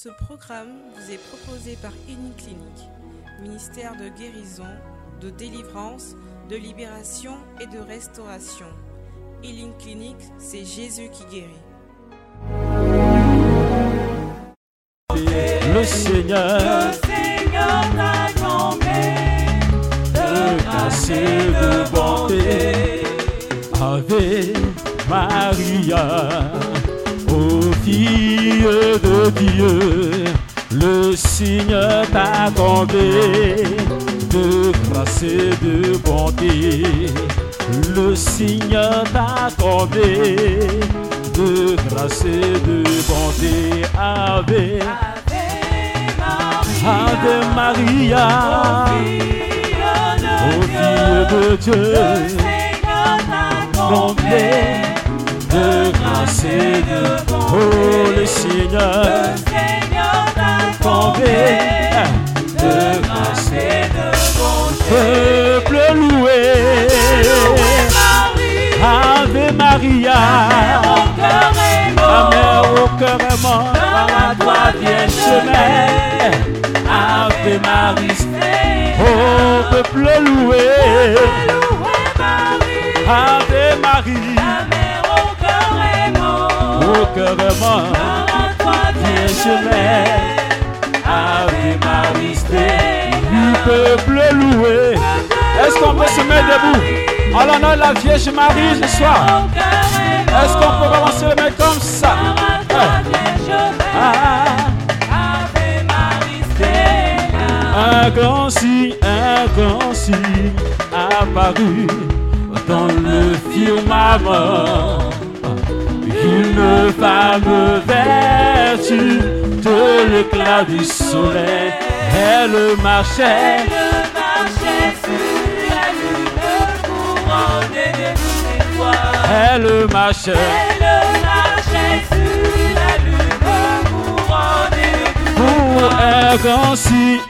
Ce programme vous est proposé par Uniclinique, ministère de guérison, de délivrance, de libération et de restauration. Healing Clinic, c'est Jésus qui guérit. Le Seigneur t'a comblé de grâce et de bonté. Ave Maria, ô fille de Dieu, le Seigneur t'a comblé de grâce et de bonté. Le Seigneur t'a comblé de grâce et de bonté. Ave Maria, ô fille de Dieu, comblé de grâce et de bonté. Oh, le Seigneur t'a comblé de grâce et de bonté. Peuple loué, Ave Maria, ta mère au cœur aimant, à toi Vierge Mère. Ave Marie, oh peuple loué, Ave Marie, ta mère au cœur aimant, à toi Vierge Mère. Ave Marie, du peuple loué. Est-ce qu'on peut se mettre debout en l'honneur de la Vierge Marie ce soir? Est-ce qu'on peut balancer le main comme ça? Un grand signe apparu dans le firmament. Une femme vertu de l'éclat du soleil. Elle marchait sur la lune couronnée de toutes étoiles. Elle marchait sur la lune couronnée de toutes étoiles. Un grand signe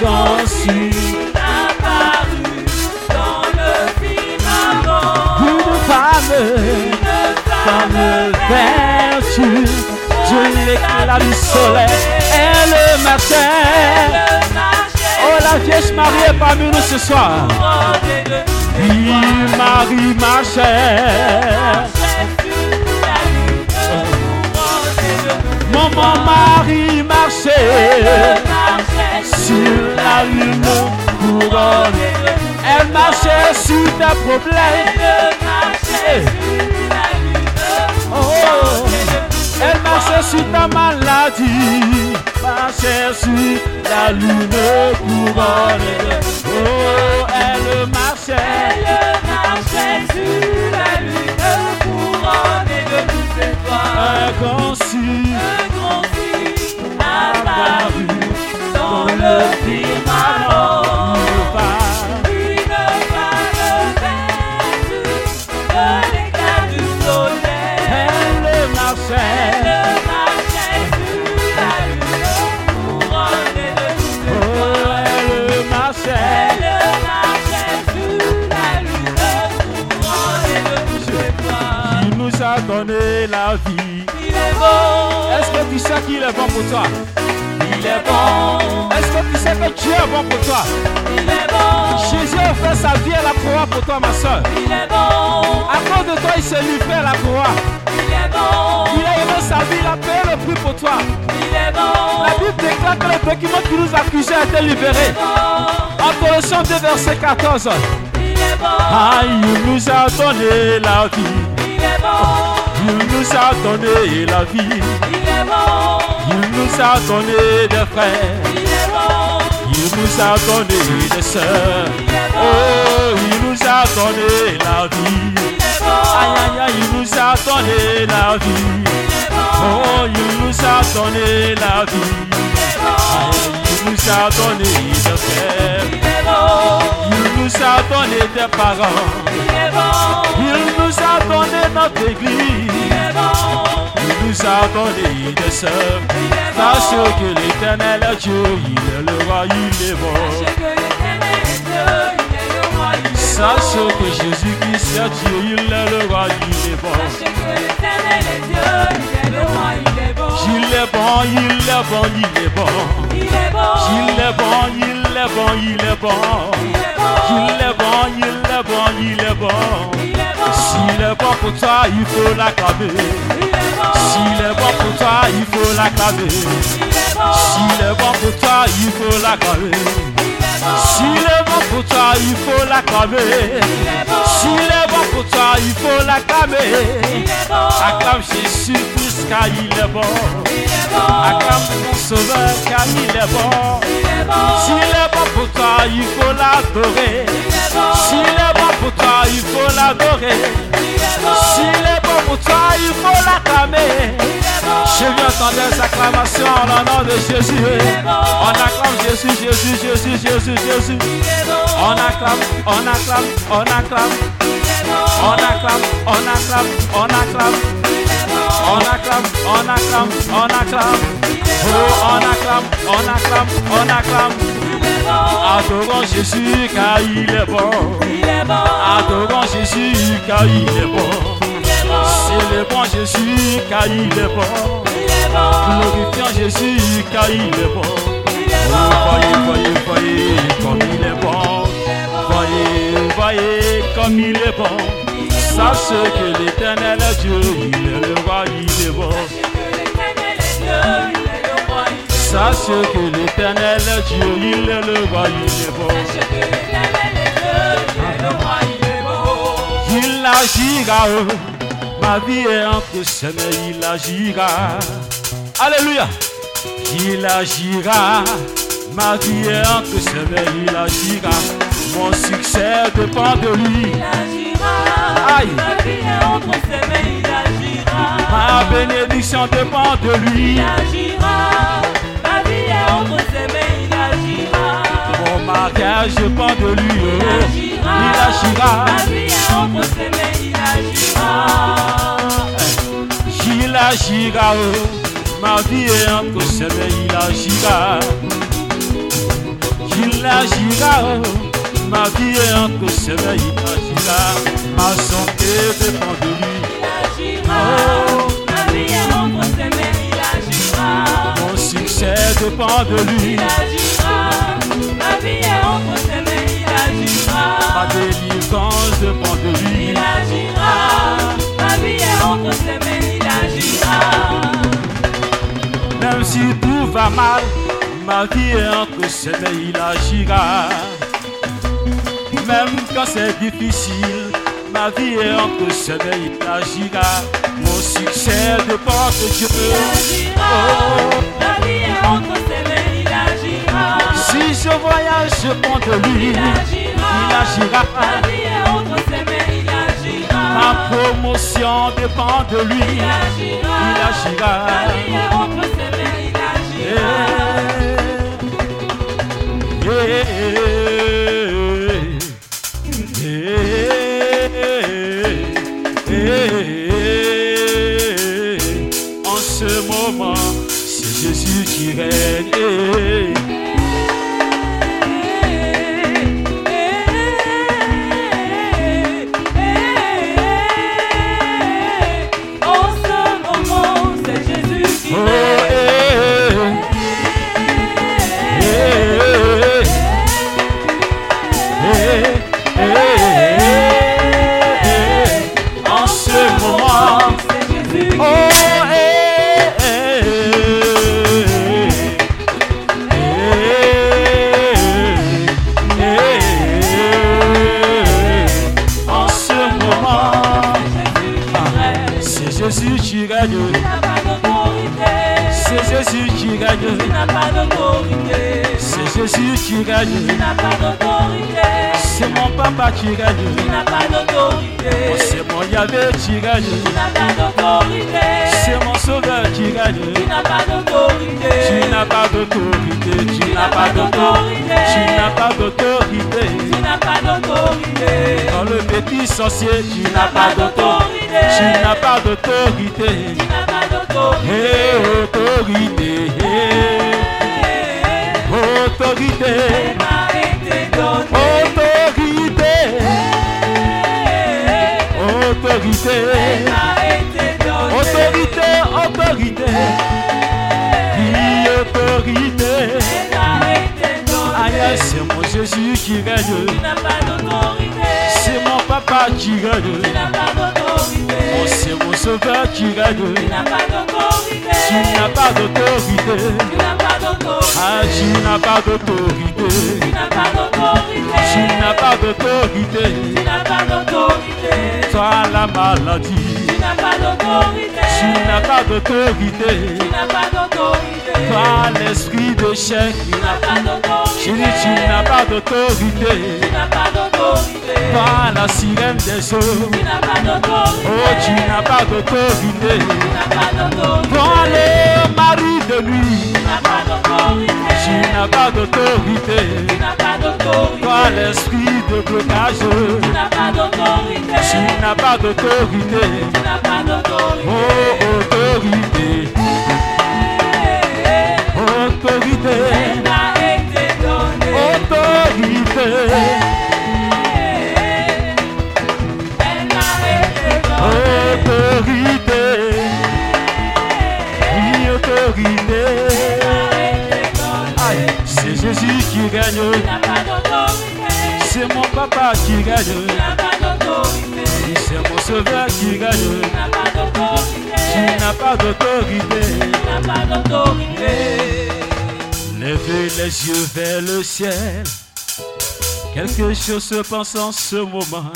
apparu dans le firmament. Une femme vertu de l'éclat du soleil. Elle marchait. Oh, la Vierge Marie est parmi nous ce soir. Oui, Marie marchait. Maman Marie marchait sur la lune couronnée. Elle marchait sur tes problèmes. Oh, elle marchait sur ta maladie, marchait sur la lune couronnée. Oh, elle marchait sur la lune couronnée de toutes étoiles. Un grand signe apparu dans le firmament. Une femme vertu de l'éclat du soleil. Elle marchait sur la lune couronnée de toutes étoiles. Elle marchait sur la lune couronnée de toutes étoiles. Il nous a donné la vie. Il est bon. Est-ce que tu sais qu'il est bon pour toi? Il est bon. Est-ce que tu sais que Dieu est bon pour toi? Il est bon. Jésus a fait sa vie à la croix pour toi, ma soeur. Il est bon. À cause de toi, il s'est livré à la croix. Il est bon. Il a aimé sa vie, il a payé le prix pour toi. Il est bon. La Bible déclare que le document qui nous accusait a été libéré. En Colossiens 2, verset 14. Il est bon. Ah, il nous a donné la vie. Il est bon. Il nous a donné la vie. Il est bon. Il nous a donné des frères. Il est bon. Il nous a donné des sœurs. Il est bon. Oh, il nous a donné la vie. Il est bon. Aïe aïe aïe, il nous a donné la vie. Il est bon. Oh, il nous a donné la vie. Il est bon. Aïe, il nous a donné des frères. Il est bon. Il nous a donné des parents. Il est bon. Il nous a donné notre église. Il est bon. Il nous a donné des sœurs. Parce que l'Éternel est Dieu, il est le roi, il est bon. Sache que Jésus-Christ est Dieu, il est le roi, il est bon. Sache que l'Éternel est Dieu, il est le roi, il est bon. Il est bon, il est bon, il est bon. Il est bon. Il est bon, il est bon, il est bon. Il est bon. Il est bon, il est bon, il est bon. Il est bon. S'il est bon pour toi, il faut l'acclamer. Il est bon. S'il est bon pour toi, il faut l'acclamer. Il est bon. S'il est bon pour toi, il faut l'acclamer. Il est bon. S'il est bon pour toi, il faut l'acclamer. Il est bon. S'il est bon pour toi, il faut l'acclamer. Il est bon. Acclame Jésus plus car il est bon. Il est bon. Acclame ton sauveur car il est bon. Il est bon. S'il est bon pour toi, il faut l'adorer. Il est bon. S'il est bon pour toi, il faut l'adorer. Il est bon. S'il est bon pour toi, il faut l'acclamer. Il est bon. Je viens entendre des acclamations en le nom de Jésus. On acclame Jésus, Jésus, Jésus, Jésus, Jésus. Il est bon. On acclame, on acclame, on acclame. Il est bon. On acclame, on acclame, on acclame. Il est bon. On acclame, on acclame, on acclame. Oh, on acclame, on acclame, on acclame. Il est bon. Adorons Jésus car il est bon. Il est bon. Adorons Jésus car il est bon. Il est bon. Célébrons Jésus car il est bon. Il est bon. Glorifions Jésus car il est bon. Il est Oh, bon. voyez, voyez, voyez comme il est bon. Voyez, voyez comme il est bon. Sache que l'Éternel est Dieu, il est le roi, il est bon. Sache que l'Éternel est Dieu, il est le roi, il est bon. Il agira, ma vie est entre ses mains, il agira. Alléluia. Il agira, ma vie est entre ses mains, il agira. Mon succès dépend de lui. Aïe. Ma vie est entre ses mains, il agira. Ma bénédiction dépend de lui. Il agira. Ma vie est entre ses mains, il agira. Mon mariage dépend de lui. Il Oh. agira. Il agira. Ma vie est entre ses mains, il agira. Il agira. Oh. Ma vie est entre ses mains, il agira. Il agira. Oh. Ma vie est entre ses mains, il agira. Ma santé dépend de lui. Il agira. Ma vie est entre ses mains, il agira. Mon succès dépend de lui. Il agira. Ma vie est entre ses mains, il agira. Ma délivrance dépend de lui. Il agira. Ma vie est entre ses mains, il agira. Même si tout va mal, ma vie est entre ses mains, il agira. Même quand c'est difficile, ma vie est entre ses mains, il agira. Mon succès dépend de Dieu. Il agira. Ma vie est entre ses mains, il agira. Si je voyage, je prends de lui. Il agira. Il agira. Ma vie est entre ses mains, il agira. Ma promotion dépend de lui. Il agira. Il agira. Ma vie est entre ses mains, il En ce moment, c'est Jésus qui règne. En ce moment, c'est Jésus qui Oh, règne. En ce moment, C'est Jésus qui oh, en ce moment, c'est Jésus qui règne. Il n'a pas d'autorité. C'est Jésus qui Il règne. n'a pas d'autorité. C'est Jésus qui règne. Il n'a pas d'autorité. C'est mon papa qui Il règne. n'a pas d'autorité. Oh, c'est mon Yahvé qui règne. Il n'a pas d'autorité. C'est mon sauveur qui Il règne. n'a pas d'autorité. Tu n'as pas d'autorité. Tu n'as pas d'autorité. Tu n'as pas d'autorité. Tu n'as pas d'autorité. Dans le petit sorcier, tu Tu n'as pas d'autorité. Tu n'as pas Tu d'autorité. n'as pas d'autorité. Et autorité. Autorité. Elle m'a été donnée. Autorité. Autorité. Elle m'a été donnée. Autorité. Autorité. Jésus qui règne. Tu n'as pas d'autorité. C'est mon papa qui règne. Tu n'as pas d'autorité. Oh, c'est mon sauveur qui règne. Tu n'as pas d'autorité. Tu n'as pas d'autorité. Tu n'as pas d'autorité. Ah, tu n'as pas d'autorité. Tu n'as pas d'autorité. Tu n'as pas d'autorité. Tu n'as pas d'autorité. Toi la maladie. Tu n'as pas d'autorité. Tu n'as pas d'autorité. Tu n'as pas d'autorité. Toi l'esprit de chèque. Tu n'as pas d'autorité. Tu dis tu n'as pas d'autorité. Tu n'as pas d'autorité. Toi la sirène des eaux. Tu n'as pas d'autorité. Oh, tu n'as pas d'autorité. Tu n'as pas d'autorité. Toi le mari de nuit. Tu n'as pas d'autorité. Tu n'as pas d'autorité. Tu n'as pas d'autorité. Toi l'esprit de blocage. Tu n'as pas d'autorité. Tu n'as pas d'autorité. Tu n'as pas d'autorité. Oh, autorité. Autorité. Elle m'a été donnée. Autorité. Elle m'a été donnée. Autorité. Oui, autorité. Aïe, c'est Jésus qui Tu gagne. n'as pas d'autorité. C'est mon papa qui gagne. Tu n'as pas d'autorité. C'est mon sauveur qui gagne. Tu n'as pas d'autorité. Tu n'as pas d'autorité. Tu n'as pas d'autorité. Levez les yeux vers le ciel. Quelque chose se passe en ce moment.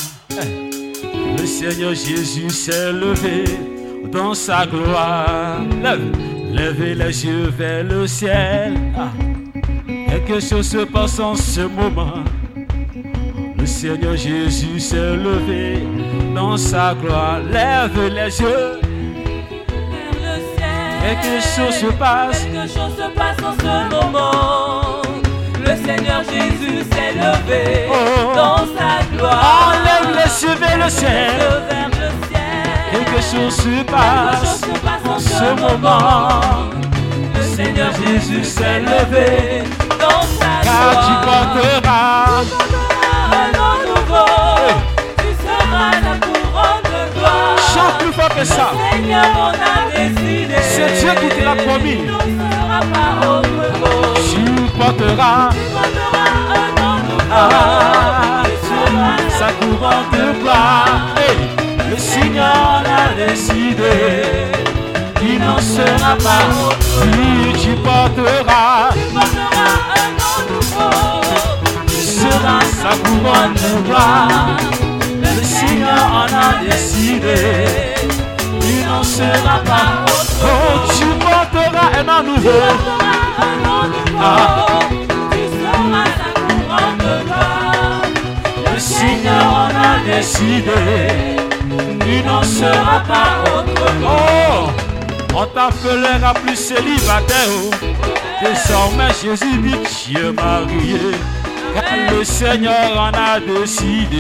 Le Seigneur Jésus s'est levé dans sa gloire. Levez les yeux vers le ciel. Quelque chose se passe en ce moment. Le Seigneur Jésus s'est levé dans sa gloire. Lève les yeux. Vers le ciel. Quelque chose se passe. Quelque chose se passe en ce moment. Le Seigneur Jésus s'est levé dans sa gloire. Enlève les yeux vers le ciel. Vers le ciel. Quelque chose se Quelque passe chose se passe en ce moment. Le Seigneur Jésus s'est levé dans sa Car tu gloire. porteras Un nom nouveau. Tu seras la couronne de gloire. chante plus fort que ça. Seigneur, on a décidé. C'est Dieu qui te l'a promis. Il ne sera pas autrement. Tu porteras Tu porteras un nom nouveau. Tu seras sa couronne de gloire. Hey, le Seigneur a décidé. Il n'en sera pas autrement. Oui, tu porteras Tu porteras un nom nouveau. Tu sera sa couronne de gloire. Le Seigneur en a décidé. Il n'en sera pas autrement. Oh, tu porteras un nom nouveau. un nom nouveau. Tu seras sa couronne de gloire. Le Seigneur en a décidé. Il n'en sera pas autrement. Oh, on t'appellera plus célibataire. Désormais Jésus dit tu es marié. Car le Seigneur en a décidé.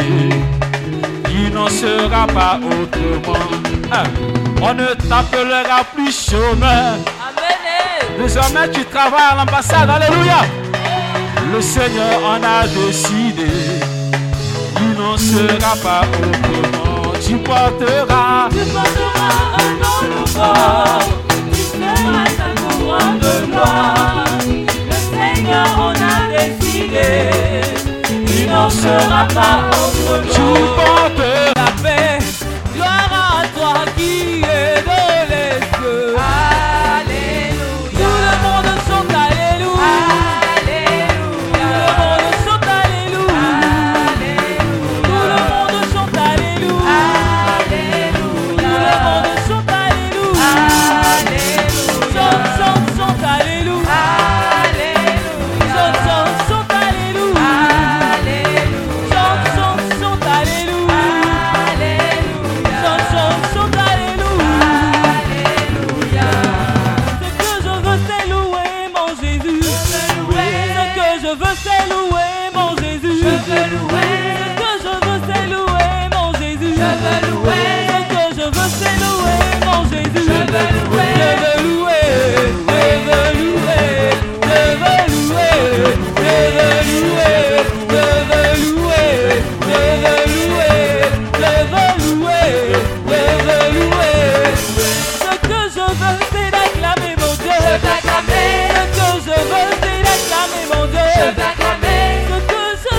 Il n'en sera pas autrement. On ne t'appellera plus chômeur. Amen. Désormais tu travailles à l'ambassade. Alléluia. Le Seigneur en a décidé. Il n'en sera pas autrement. Tu porteras. Tu porteras un nom nouveau. Tu seras sa couronne de gloire. Le Seigneur en a décidé. Il n'en sera pas autrement. Tu porteras. La paix, gloire à toi qui es dans les cieux. Alléluia. Tout le monde chante Alléluia. Alléluia. Tout le monde chante Alléluia. Alléluia. Tout le monde chante Alléluia. Alléluia. Tout le monde chante Alléluia. Alléluia. Chante, chante, chante Alléluia. Alléluia. Chante, chante, chante Alléluia. Alléluia. Chante, chante, chante Alléluia. Alléluia. Chante, chante, chante Alléluia. Alléluia. Ce que je veux c'est louer mon Jésus. Ce que je veux c'est louer mon Jésus. Je veux louer. Ce que je veux c'est louer mon Jésus. Je veux louer. Ce que je veux c'est louer mon Jésus. Je veux louer. Je veux louer. Je veux louer. Je veux louer. Je veux louer. Je veux louer. Je veux louer. Je veux louer. Je veux louer. Ce que je veux c'est d'acclamer mon Dieu. Ce que je veux c'est d'acclamer mon Dieu. Ce que je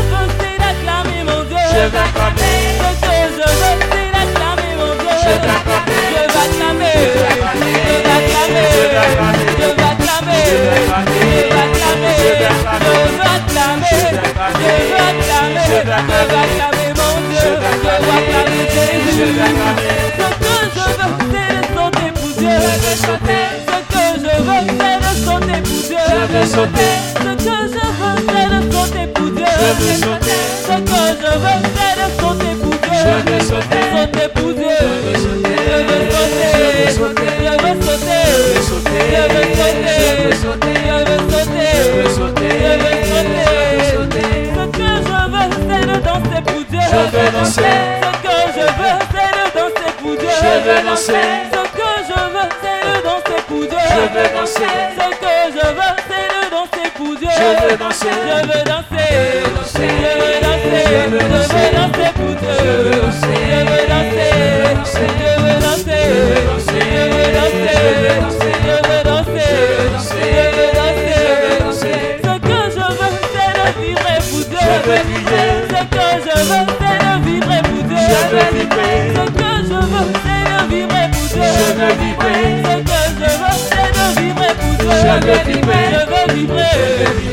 veux acclamer. Ce que je veux, c'est l'acclamer, mon Dieu. Je veux acclamer. Je veux acclamer. Je veux acclamer. Je veux acclamer. Je veux acclamer. Je veux acclamer. Je veux acclamer. Je veux acclamer. Je veux acclamer, mon Dieu. Je veux acclamer Jésus. Je veux acclamer. Ce que je veux, c'est de sauter pour Dieu. Je veux sauter. Ce que je veux, c'est de sauter pour Dieu. Je veux sauter. Ce que je veux, c'est de sauter pour Dieu. Je veux sauter. Ce que je veux, c'est de sauter pour Dieu. Je veux sauter. Sauter pour Dieu. Je veux sauter. Je veux sauter. Je veux sauter. Je veux sauter. Je veux sauter. Je veux sauter. Je veux sauter. Je veux sauter. Je veux sauter. Ce que je veux, c'est de danser pour Dieu. Je veux danser. Ce que je veux, c'est de danser pour Dieu. Je veux danser. Ce que je veux, c'est de danser pour Dieu. Je veux danser. Ce que je veux, c'est de danser pour Dieu. Je veux danser. Je veux danser. Je veux danser. Je veux danser pour Dieu. Je veux danser. Je veux danser. Je veux danser. Je veux danser. Je veux danser. Je veux danser. Ce que je veux, c'est de vibrer pour Dieu. Je veux vibrer. Ce que je veux, c'est de vibrer pour Dieu. Je veux vibrer. Ce que je veux, c'est de vibrer pour Dieu. Je veux vibrer. Ce que je veux, c'est de vibrer pour Dieu. Je veux vibrer. Je veux vibrer. Je veux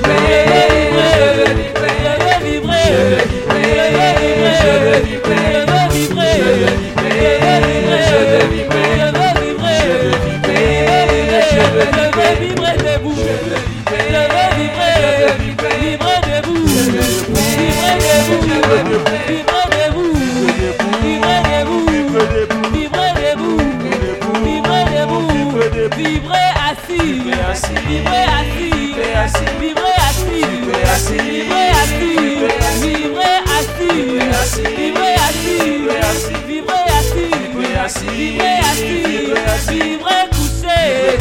vibrer. Je veux vibrer. Je veux vibrer. Je veux vibrer. Je veux vibrer. Je veux vibrer. Je veux vibrer. Je veux vibrer. Je veux vibrer. Je veux vibrer. Je veux vibrer debout. Je veux vibrer. Je veux vibrer. Je veux vibrer. Vibrer debout. Je veux vibrer debout. Je veux vibrer debout. Vibrer debout. Vibrer debout. Vibrer debout. Vibrer assis. Vibrer assis. Vibrer assis. Vibrer assis. Vibrer assis. Vibrer assis. Vibrer assis. Vibrer assis. Vibrer assis. Vibrer assis. Vibrer assis. Vibrer assis. Vibrer couché.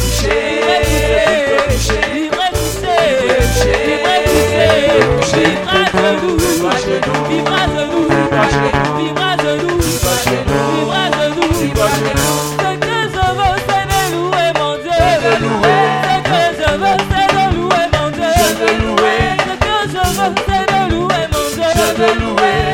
Vibrer couché. Vibrer couché. Vibrer couché. Vibrer genoux. Vibrer genoux. Vibrer genoux. Vibrer genoux. Ce que je veux, c'est de louer mon Dieu. Ce que je veux, c'est de louer mon Dieu. Ce que je veux, c'est de louer mon Dieu. Ce que je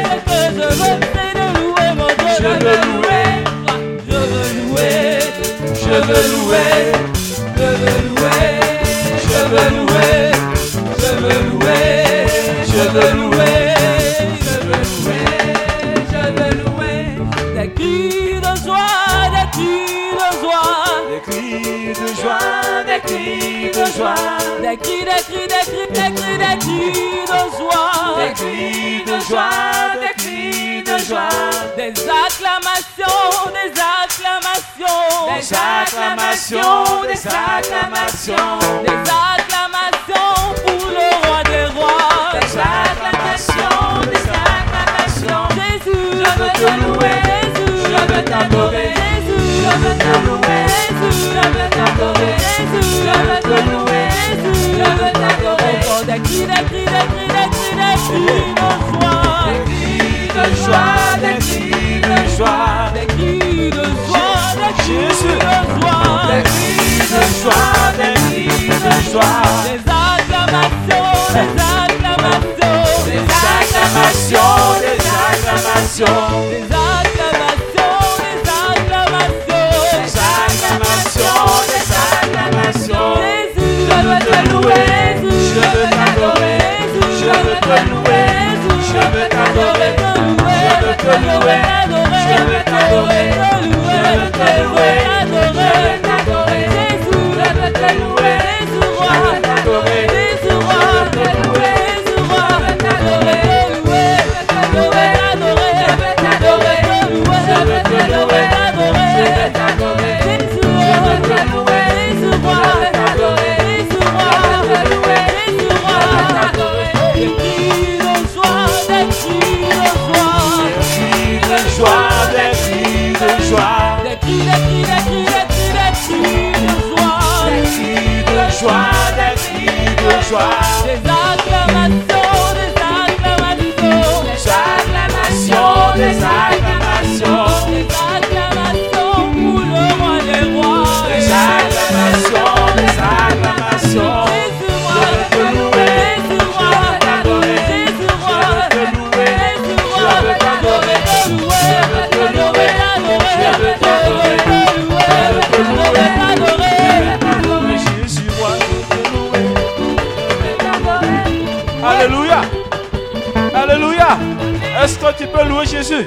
veux, c'est de louer mon Dieu. Je veux louer. Je veux louer. Je veux louer. Je veux louer. Je veux louer. Je veux louer. Je veux louer. Je veux louer. Je veux louer. Des cris de joie, des cris de joie. Des cris de joie, des cris de joie. Des cris, des cris, des cris, des cris, des cris de joie. Des cris de joie, des cris de joie. Des acclamations, des acclamations. Des acclamations, des acclamations. Des acclamations pour le roi des rois. Des acclamations, des acclamations. Jésus, je veux te louer. Jésus, je veux t'adorer. Jésus, je veux te louer. Jésus, je veux t'adorer. Jésus, je veux te louer. Jésus, je veux t'adorer. Encore des cris, des cris, des cris, des cris, des cris de joie. Des cris de joie, des cris de joie. Des cris de joie, des cris de joie. Des cris de joie, des cris de joie. Des acclamations, des acclamations. Des acclamations, des acclamations. Des acclamations, des acclamations. Des acclamations, des acclamations. Jésus, je veux te louer. Je veux t'adorer. Je veux te louer. Je veux t'adorer. Je veux te louer. Je veux t'adorer. Je veux te louer. Je veux t'adorer. Jésus, je veux te louer. Jésus roi. Je veux t'adorer. Jésus roi. Je veux te louer. Jésus roi. Je veux t'adorer. Je veux t'adorer. Je veux t'adorer. Je veux te louer. Je veux t'adorer. Jésus, je veux te louer. Jésus roi. Je veux t'adorer. Jésus roi. Je veux te louer. Jésus roi. Je veux t'adorer. Des cris de joie, des cris de joie. Des cris de joie, des cris de joie. Des cris, des cris, des cris, des cris, des cris de joie. Des cris de joie, des cris de joie. Des acclamations, des acclamations. Des acclamations, des acclamations. Des acclamations pour le roi des rois. Des acclamations, des acclamations. Jésus roi, je veux te louer. Jésus roi, je veux t'adorer. Jésus roi, je veux te louer. Jésus roi, je veux t'adorer. Alléluia. Alléluia. Est-ce que tu peux louer Jésus?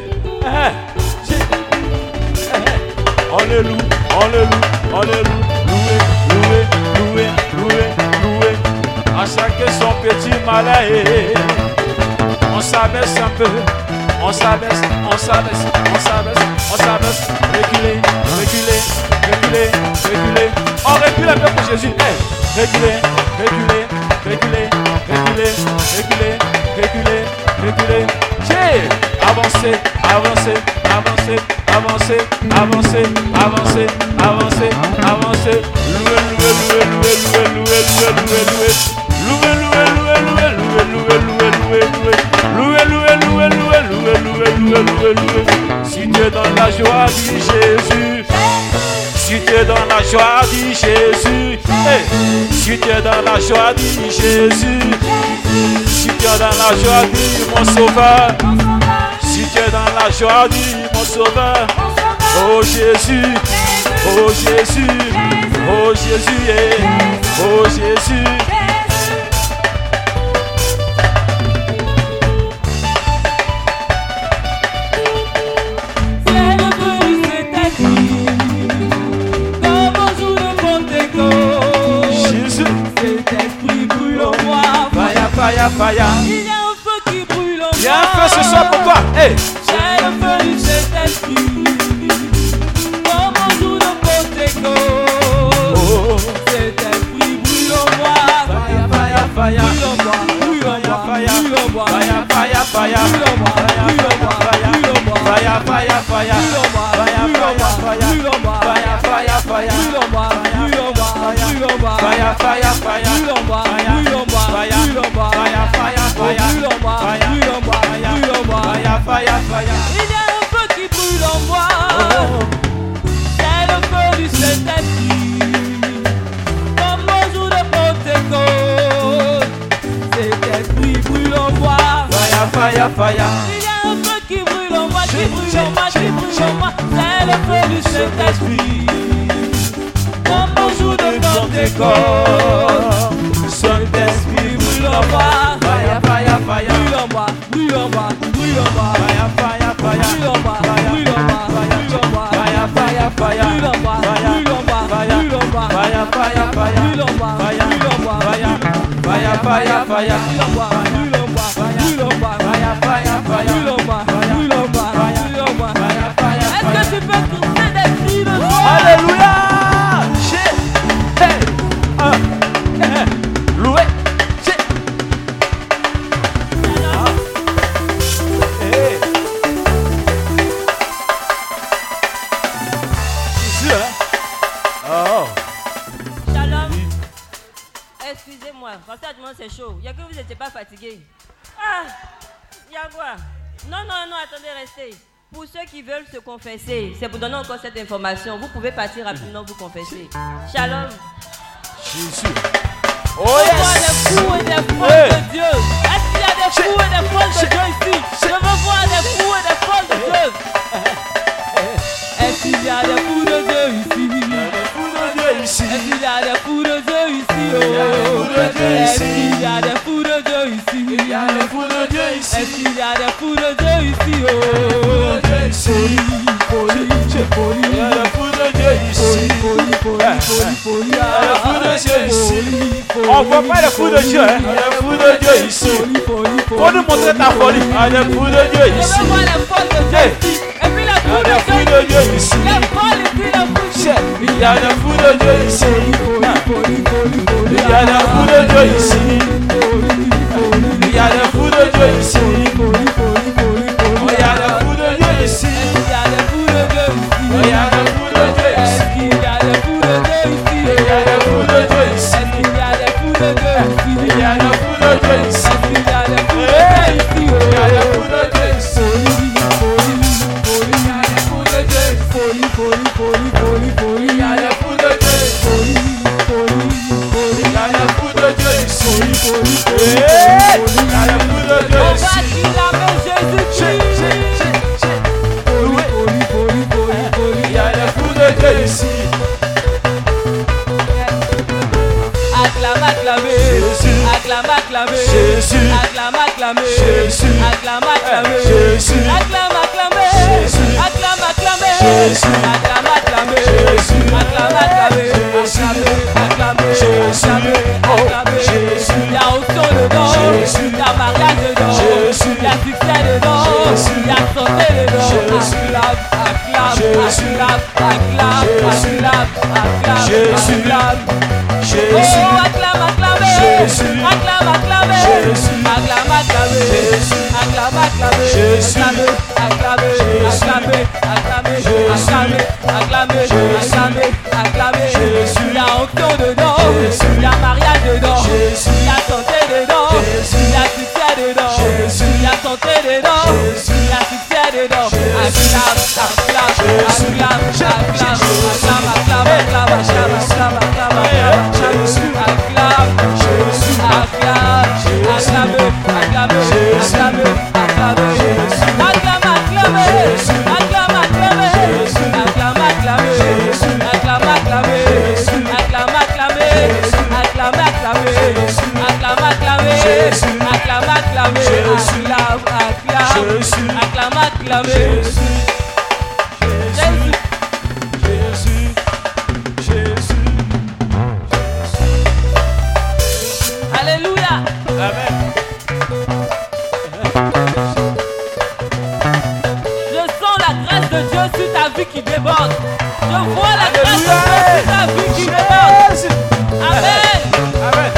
On le loue, on le loue, on le loue. Louer, louer, louer, louer, louer. À chacun son petit malin. On s'abaisse un peu. On s'abaisse, on s'abaisse, on s'abaisse, on s'abaisse. Reculer, reculer, reculer, reculer. On recule un peu pour Jésus. Reculer, reculer, reculer, reculer, reculer, reculer, reculer. Avancer, avancer, avancer, avancer, avancer, avancer, avancer, avancer. Louer, louer, louer, louer, louer, louer, louer, louer. Louer, louer, louer, louer, louer, louer, louer, louer, louer. Louer, louer, louer, louer, louer, louer, louer, louer, louer. Si tu es dans la joie, dis Jésus. Si tu es dans la joie, dis Jésus. Si tu es dans la joie, dis Jésus. Si tu es dans la joie, dis mon sauveur. Si tu es dans la joie, dis mon sauveur. Oh Jésus, oh Jésus, oh Jésus, oh Jésus. Fire. Il y a un feu qui brûle en moi. Il y a un feu ce soir pour toi. C'est le feu du Saint-Esprit. Comme on joue de Poteco. Cet-esprit brûle en moi. Fire. Brûle en moi. Brûle en moi. Brûle en moi. Fire. Brûle en moi. Brûle en moi. Brûle en moi. Fire. Brûle en moi. Brûle en moi. Brûle en moi. Brûle en moi. Brûle en moi. Brûle en moi. Fire. Brûle en moi. Brûle en moi. Brûle en moi. Il y a un feu qui brûle en moi. C'est le feu du Saint-Esprit. Comme au jour de Pentecôte. Cet esprit brûle en moi. Fire. Il y a un feu qui brûle en moi, qui brûle en moi, qui brûle en moi. C'est le feu du Saint-Esprit. Comme au jour de Pentecôte. Saint-Esprit brûle en moi. Fire. Brûle en moi, brûle en moi, brûle en moi. Fire. Brûle en moi, brûle en moi, brûle en moi. Brûle en moi, brûle en moi, brûle en moi. Brûle en moi, brûle en moi. Est-ce que tu peux tourner des cris de joie? Alléluia. Loué. Shalom. Excusez-moi, franchement c'est chaud. Il y a que vous n'étiez pas fatigué. Ah, il y a quoi? Non, attendez, restez. Pour ceux qui veulent se confesser, c'est pour donner encore cette information. Vous pouvez partir rapidement vous confesser. Shalom. Jésus. On voit des fous et des folles de Dieu. Est-ce qu'il y a des fous et des folles de Dieu ici? Je veux voir des fous et des folles de Dieu. Est-ce qu'il y a des fous de Dieu ici? Est-ce qu'il y a des fous de Dieu ici? Est-ce qu'il y a des fous de Dieu ici? Est-ce qu'il y a des fous de Dieu ici? On voit pas les fous de Dieu, hein? Les fous de Dieu ici. Pour nous montrer ta folie, les fous de Dieu Je ici. veux voir les folles de Dieu ici. Et puis les fous Les fous de de Dieu Dieu ici. les folles et puis les fous. Il y a des fous de Dieu ici. Il y a des fous de Dieu ici. Il y a des fous de Dieu ici. Il y a des fous de Dieu ici. Il y a des fous de Dieu ici. Il y a des fous de Dieu Est-ce ici. qu'il y a des fous de Dieu ici? Il y a des fous de Dieu ici. Est-ce qu'il y a des fous de Dieu ici? Il y a des fous de Dieu ici. Est-ce qu'il y a des fous de Dieu ici? Il y a des fous de Dieu ici. Il y a des fous de Dieu ici. Il y a des fous de Dieu ici. Il y a des fous de Dieu On va ici. acclamer Jésus-Christ. Il y a des fous de Dieu ici. Acclamer. Jésus. acclame, acclame, Jésus. acclame, acclame, Jésus. acclame, acclame, Jésus. acclame, acclame, Jésus. acclame, acclame, Jésus. acclame, acclame, Jésus. acclame, acclame, Jésus. acclame, Jésus. acclame, Oh, acclame. Jésus. Il y a autant dedans, Jésus. il y a mariage dedans, Jésus. il y a succès dedans, Jésus. il y a santé dedans. Jésus. Acclame, acclame, Jésus. acclame, Jésus. acclame, acclame, Jésus. acclame. Jésus. Oh, acclame, acclame, Jésus. acclame, acclame, Jésus. acclame, acclame, Jésus. acclame, acclame, Jésus. acclame, Jésus. acclame, acclame, Jésus. acclame, Jésus. acclame, acclame. Jésus. Il y a onction dedans, Jésus. il y a mariage dedans, Jésus. il y a santé dedans, Jésus. il y a succès dedans, Jésus. il y a santé dedans, Jésus. il y a succès dedans. Jésus. Acclame, acclame, Jésus. acclame, acclame, Jésus. acclame, acclame, acclame, acclame, acclame, acclame, Jésus. acclame, Jésus. acclame, acclame, acclame, Jésus. acclame, acclame, Jésus. acclame, acclame, Jésus. acclame, acclame, Jésus. acclame, acclame, Jésus. acclame, acclame, Jésus. acclame, acclame, Jésus. acclame, acclame, Jésus. acclame, acclame, Jésus. acclame, acclame, Jésus. acclame, acclame, Jésus. acclame, acclame. Jésus. Jésus. Jésus. Jésus. Alléluia. Amen. Je sens la grâce de Dieu sur ta vie qui déborde. Je vois la grâce de Dieu sur ta vie qui déborde. Jésus. Amen. Amen.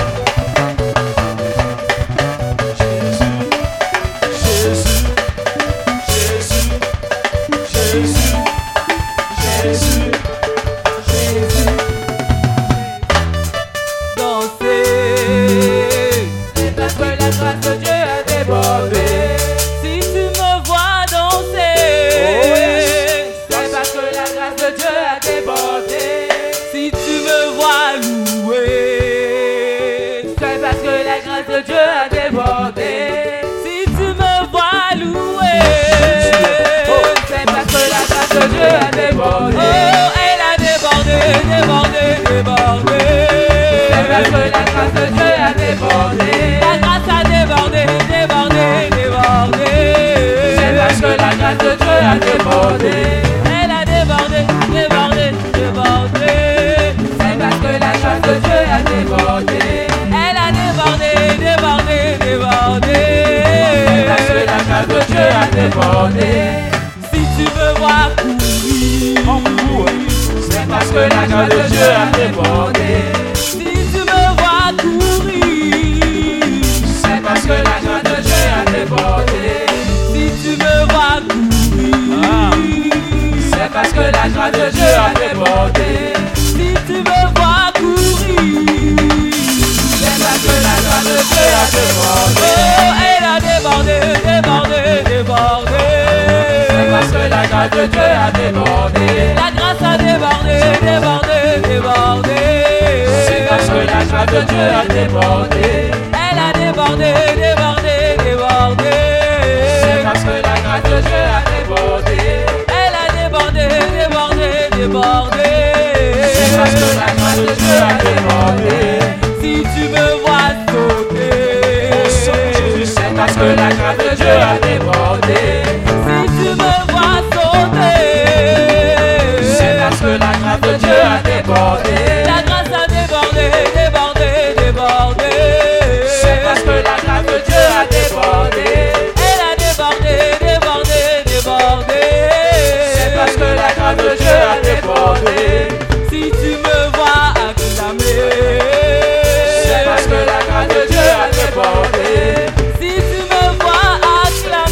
Jésus. Jésus. Jésus. Jésus. Jésus. Danser. C'est parce que la grâce de Dieu a débordé. Si tu me vois danser. C'est parce que la grâce de Dieu a débordé. Si tu me vois louer. C'est parce que la grâce de Dieu a débordé. Si tu me vois louer. C'est parce que la grâce de Dieu a débordé. Oh, elle a débordé, débordé, débordé. C'est parce que la grâce de Dieu a débordé. La grâce a débordé, débordé, débordé. C'est parce que la grâce de Dieu a débordé. Elle a débordé, débordé, débordé. C'est parce que la grâce de Dieu a débordé. Elle a débordé, débordé, débordé. C'est parce que la grâce de Dieu a débordé. Si tu me vois courir, c'est parce que la grâce de Dieu a débordé. Si tu me vois courir, c'est parce que la grâce de Dieu a débordé. Si tu me vois courir, c'est parce que la grâce de Dieu a débordé. Si tu me vois courir, c'est parce que la grâce de Dieu a débordé. Oh, elle a débordé, débordé, débordé. C'est parce que la grâce de Dieu a débordé. La grâce a débordé, débordé, débordé. C'est parce que la grâce de Dieu a débordé. Elle a débordé, débordé, débordé. C'est parce que la grâce de Dieu a débordé. Elle a débordé, débordé, débordé. C'est parce que la grâce de Dieu a débordé. Si tu me vois sauter, c'est parce que la grâce de Dieu a débordé. Si tu me vois sauter, c'est parce que la grâce de Dieu a débordé. La grâce a débordé, débordé, débordé. C'est parce que la grâce de Dieu a débordé. Elle a débordé, débordé, débordé. C'est parce que la grâce de Dieu a débordé. Si tu me vois acclamer, c'est parce que la grâce de Dieu a débordé. Si tu me vois acclamer,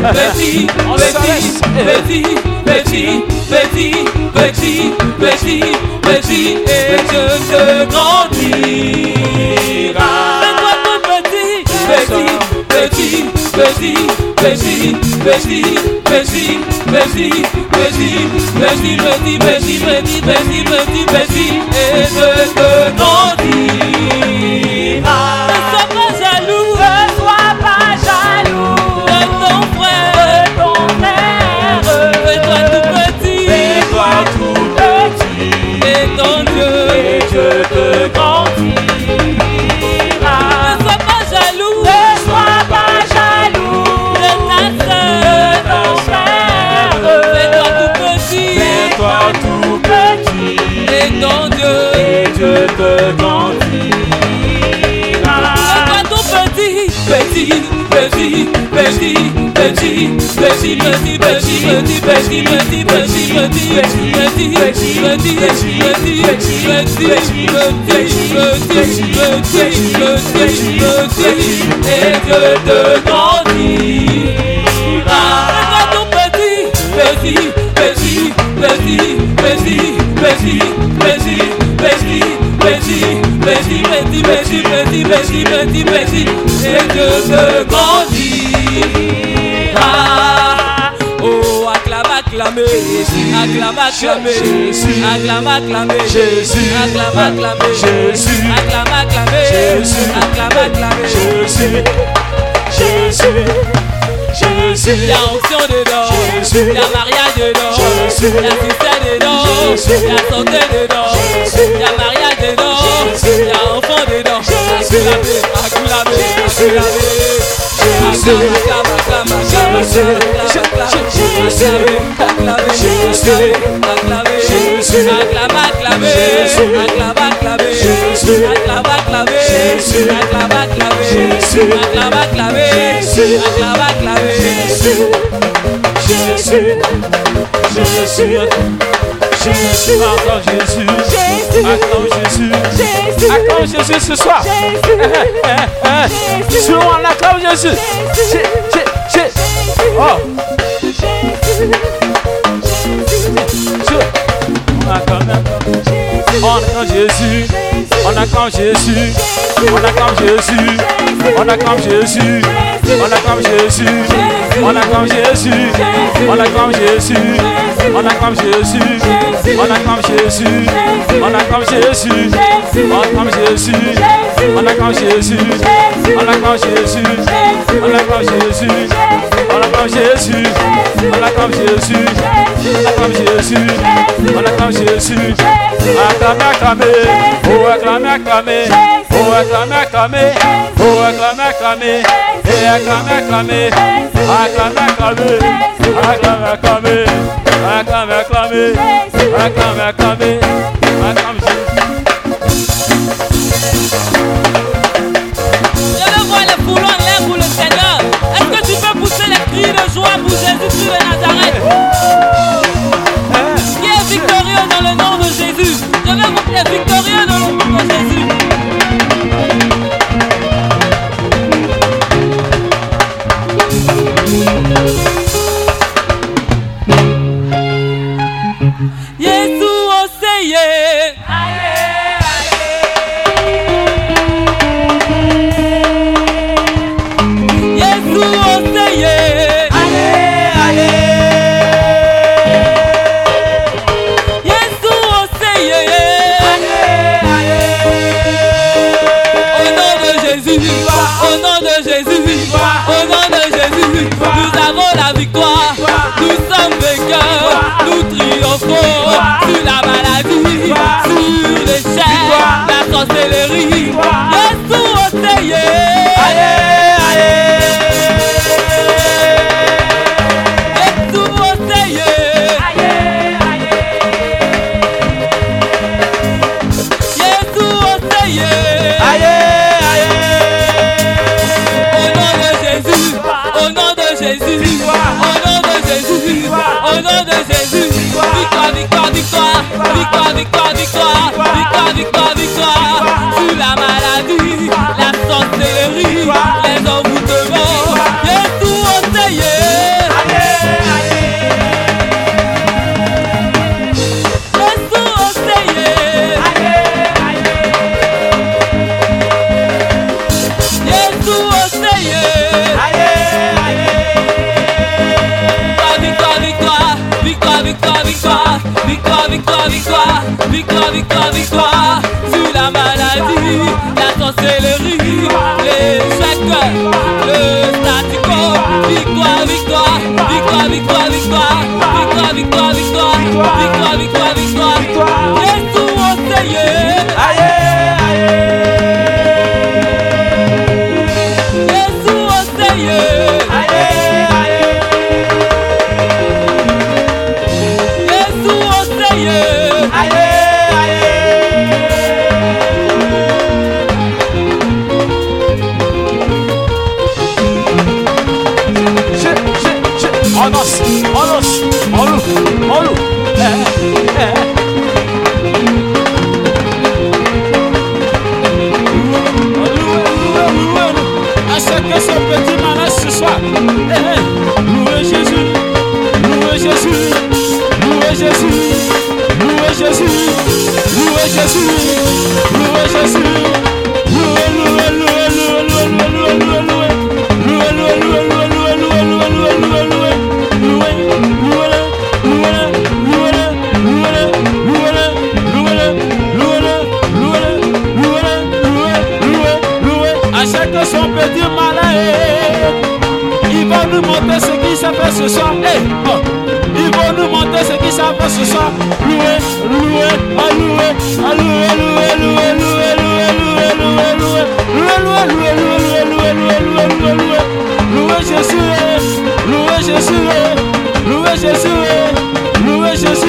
petit, et je te grandirai. Fais-toi tout petit, et je te grandirai. Ne sois pas jaloux, de ton frère, fais-toi tout petit, et ton Dieu, Je te grandirai. ne sois pas jaloux, de ta sœur, fais-toi tout petit, Fais-toi tout petit, et ton Dieu, je te grandirai. fais-toi tout petit, Et je te grandirai. fais-toi tout petit, Et je te grandirai. oh, acclame, acclamez, acclame, acclamez, Jésus. acclame, acclamez, Jésus. acclame, acclamez, Jésus. acclame, acclamez, Jésus. acclame, acclamez. Jésus. Il y a onction dedans, Jésus. il y a mariage dedans, Jésus. il y a succès dedans, Jésus. il y a santé dedans, il y a mariage dedans, Jésus. il y a enfant dedans. Jésus. Acclamez, Jésus. Acclame Jésus ce soir. Sur on acclame Jésus. Oh. On acclame Jésus. On acclame Jésus. On acclame Jésus. On acclame Jésus. On acclame Jésus. On acclame Jésus. On acclame Jésus. On acclame Jésus. On acclame Jésus. On acclame Jésus. On acclame Jésus. On acclame Jésus. On acclame Jésus. On acclame Jésus. On acclame Jésus. On acclame Jésus. On acclame Jésus. On acclame Jésus. Acclamez, acclamez. Oh, acclamez, acclamez. Oh, acclamez, acclamez. Oh, acclamez, acclamez. Et acclamez, acclamez. Acclamez, acclamez. Acclamez, acclamez. Acclamez, acclamez. Acclamez, acclamez. Acclamez Jésus. Je le vois les foulons en l'air pour le Seigneur. Est-ce que tu peux pousser les cris de joie pour Jésus de Nazareth? Qui est victorieux dans le nom de Jésus? Je veux vous dire victorieux dans le nom de Jésus. Yesu oseye l'échec, le statu quo. Victoire, victoire, victoire, victoire, victoire, victoire, victoire, victoire, victoire, victoire, victoire. Jésus au Seigneur. Jésus au Seigneur. Jésus au Seigneur. On danse, on danse, on loue, on loue. À chacun son petit manège ce soir. Louez Jésus, louez Jésus, louez Jésus, louez Jésus, louez Jésus, louez Jésus, louez, louez, louez, louez, louez, louez, louez, louez. À chacun son petit malin. Ils vont nous montrer ce qu'ils savent faire ce soir. Ils vont nous montrer ce qu'ils savent faire ce soir. Louer, louer, louer, louer, louer, louer, louer, louer, louer, louer, louer, louer, louer, louer, louer, louer, louer, louer. Louer Jésus, louer Jésus, louer Jésus, louer Jésus.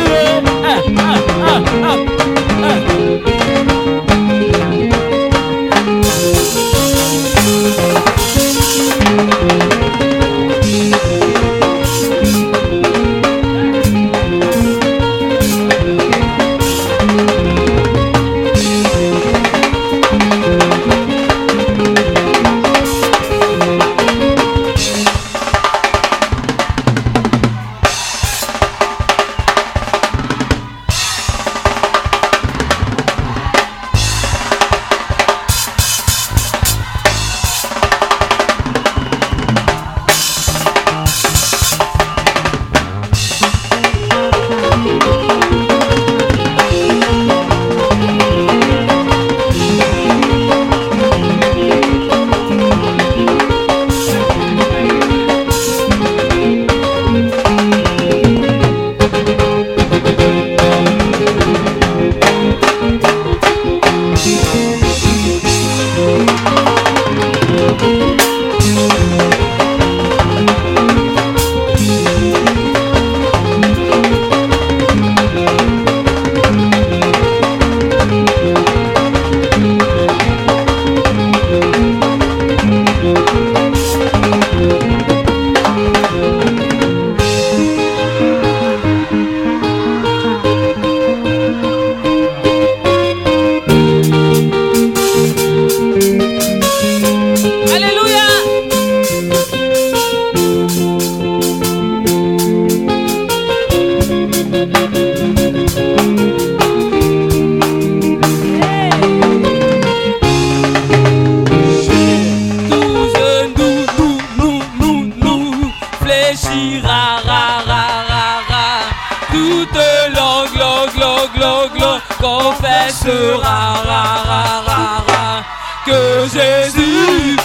Que Jésus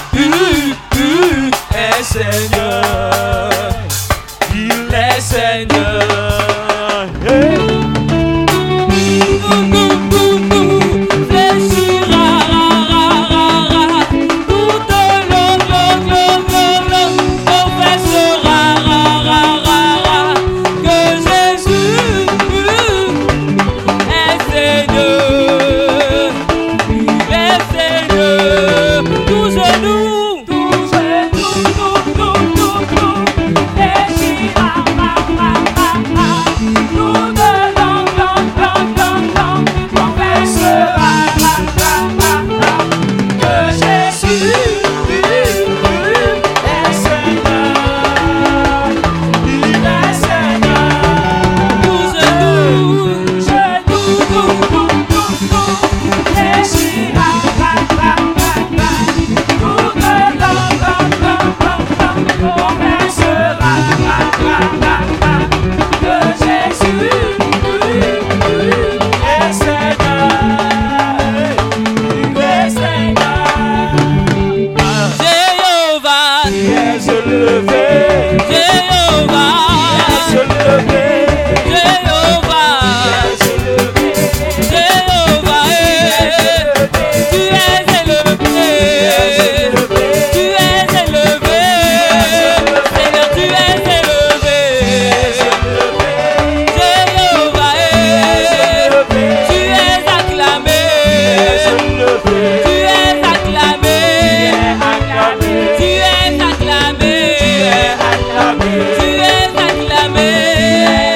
est Seigneur, il est Seigneur. Tous levé. Jéhovah, Se lever. Jéhovah, Se lever. Jéhovah, tu es élevé, tu es élevé, Seigneur, tu es élevé. Jéhovah, tu es acclamé, tu es acclamé, tu es acclamé, tu es acclamé.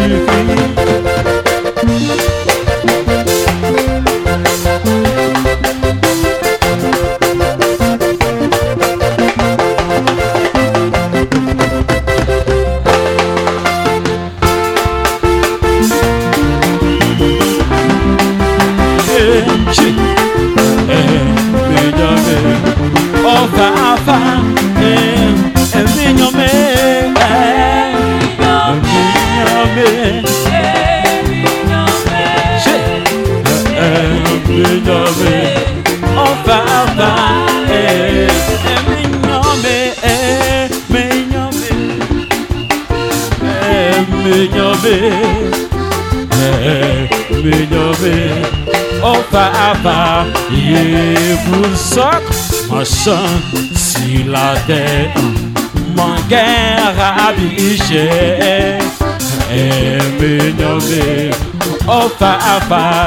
Si la terre m'en guerre habillée, me oh papa,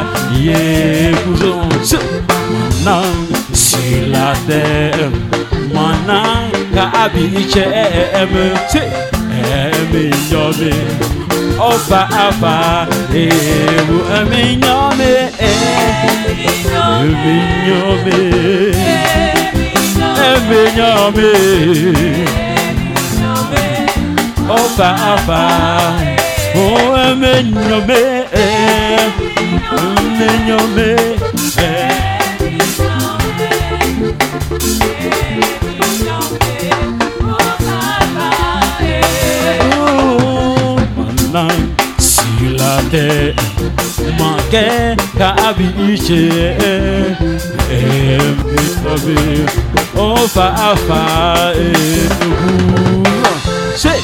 si la terre m'en habillée, oh papa, oh papa, oh si la terre manquait qu'habiter, oh papa, c'est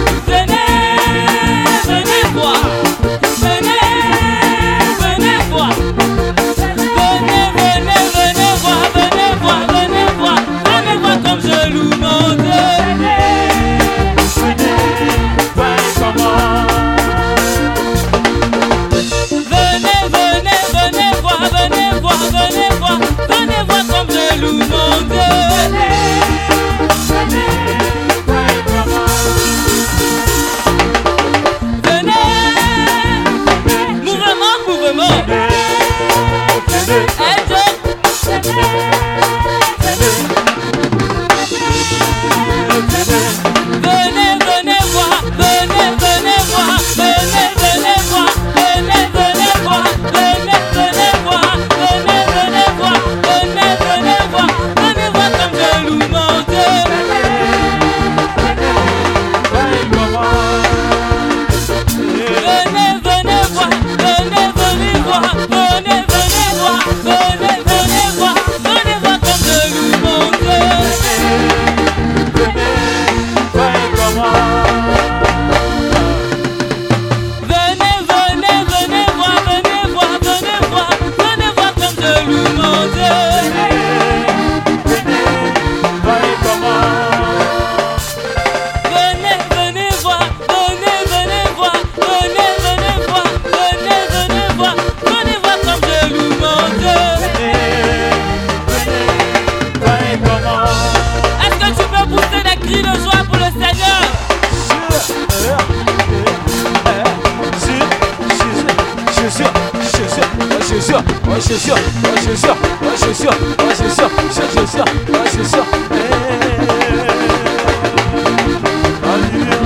Venez voir. Jésus, oh Jésus, oh Jésus, oh Jésus, c'est Jésus, oh Jésus. Alléluia.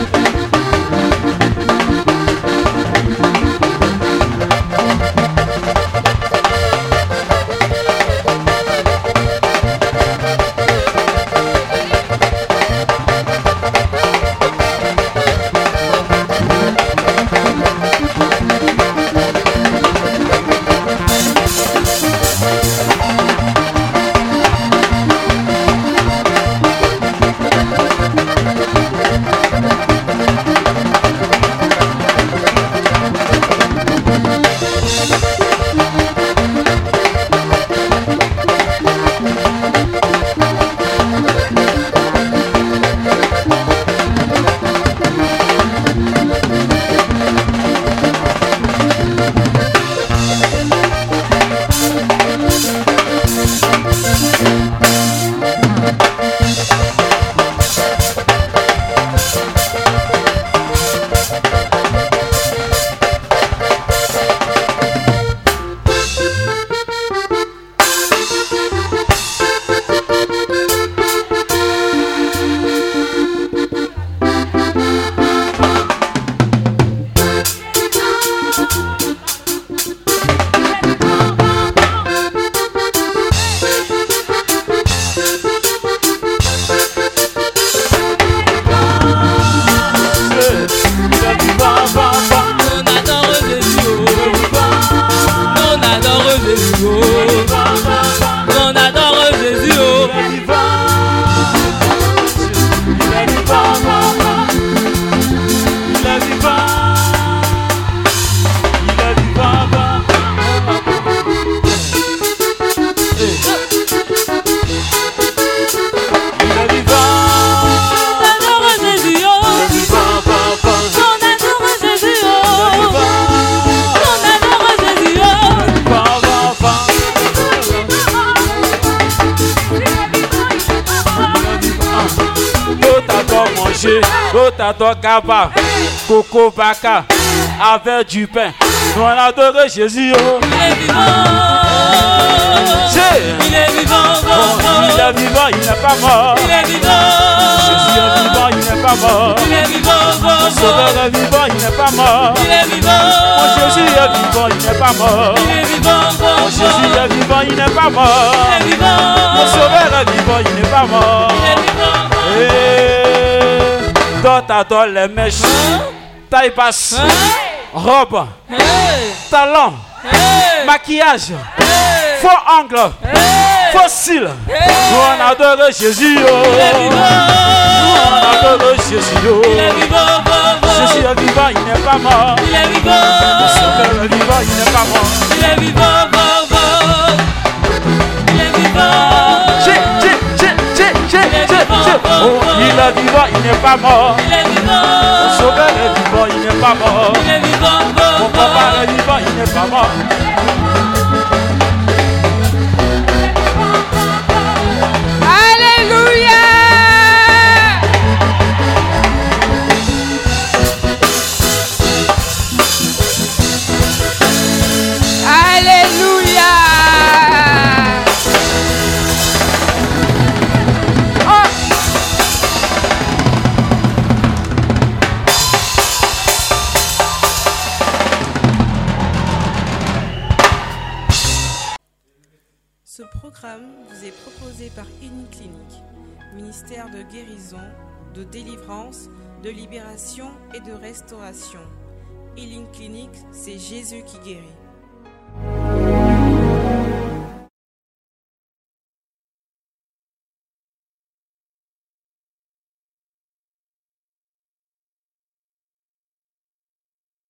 Ton capa, coco vaca, avec du pain. Nous on adore Jésus. Oh. Il est vivant. Il est vivant. Il est vivant, il n'est pas mort. Il est vivant. Jésus est vivant, il n'est pas mort. Il est vivant. Mon Sauveur est vivant, il n'est pas mort. Il est vivant. Mon Jésus est vivant, il n'est pas mort. Il est vivant. Mon Jésus est vivant, il n'est pas mort. Il est vivant. Mon Sauveur est vivant, il n'est pas mort. Il est vivant. T'adores les mèches, taille basse, robe, talons, maquillage, faux ongles, faux cils. Nous on adore Jésus. Nous on adore Jésus. Jésus est vivant, il n'est pas mort. Il est vivant. Mon Sauveur est vivant, il n'est pas mort. Il est vivant. Il est vivant. Oh, il est vivant, il n'est pas mort. Il est vivant. Mon Sauveur est vivant, il n'est pas mort. Il est vivant. Mon papa est vivant, il n'est pas mort. Alléluia. Alléluia. Ce programme vous est proposé par Uniclinique, ministère de guérison, de délivrance, de libération et de restauration. Healing Clinic, c'est Jésus qui guérit.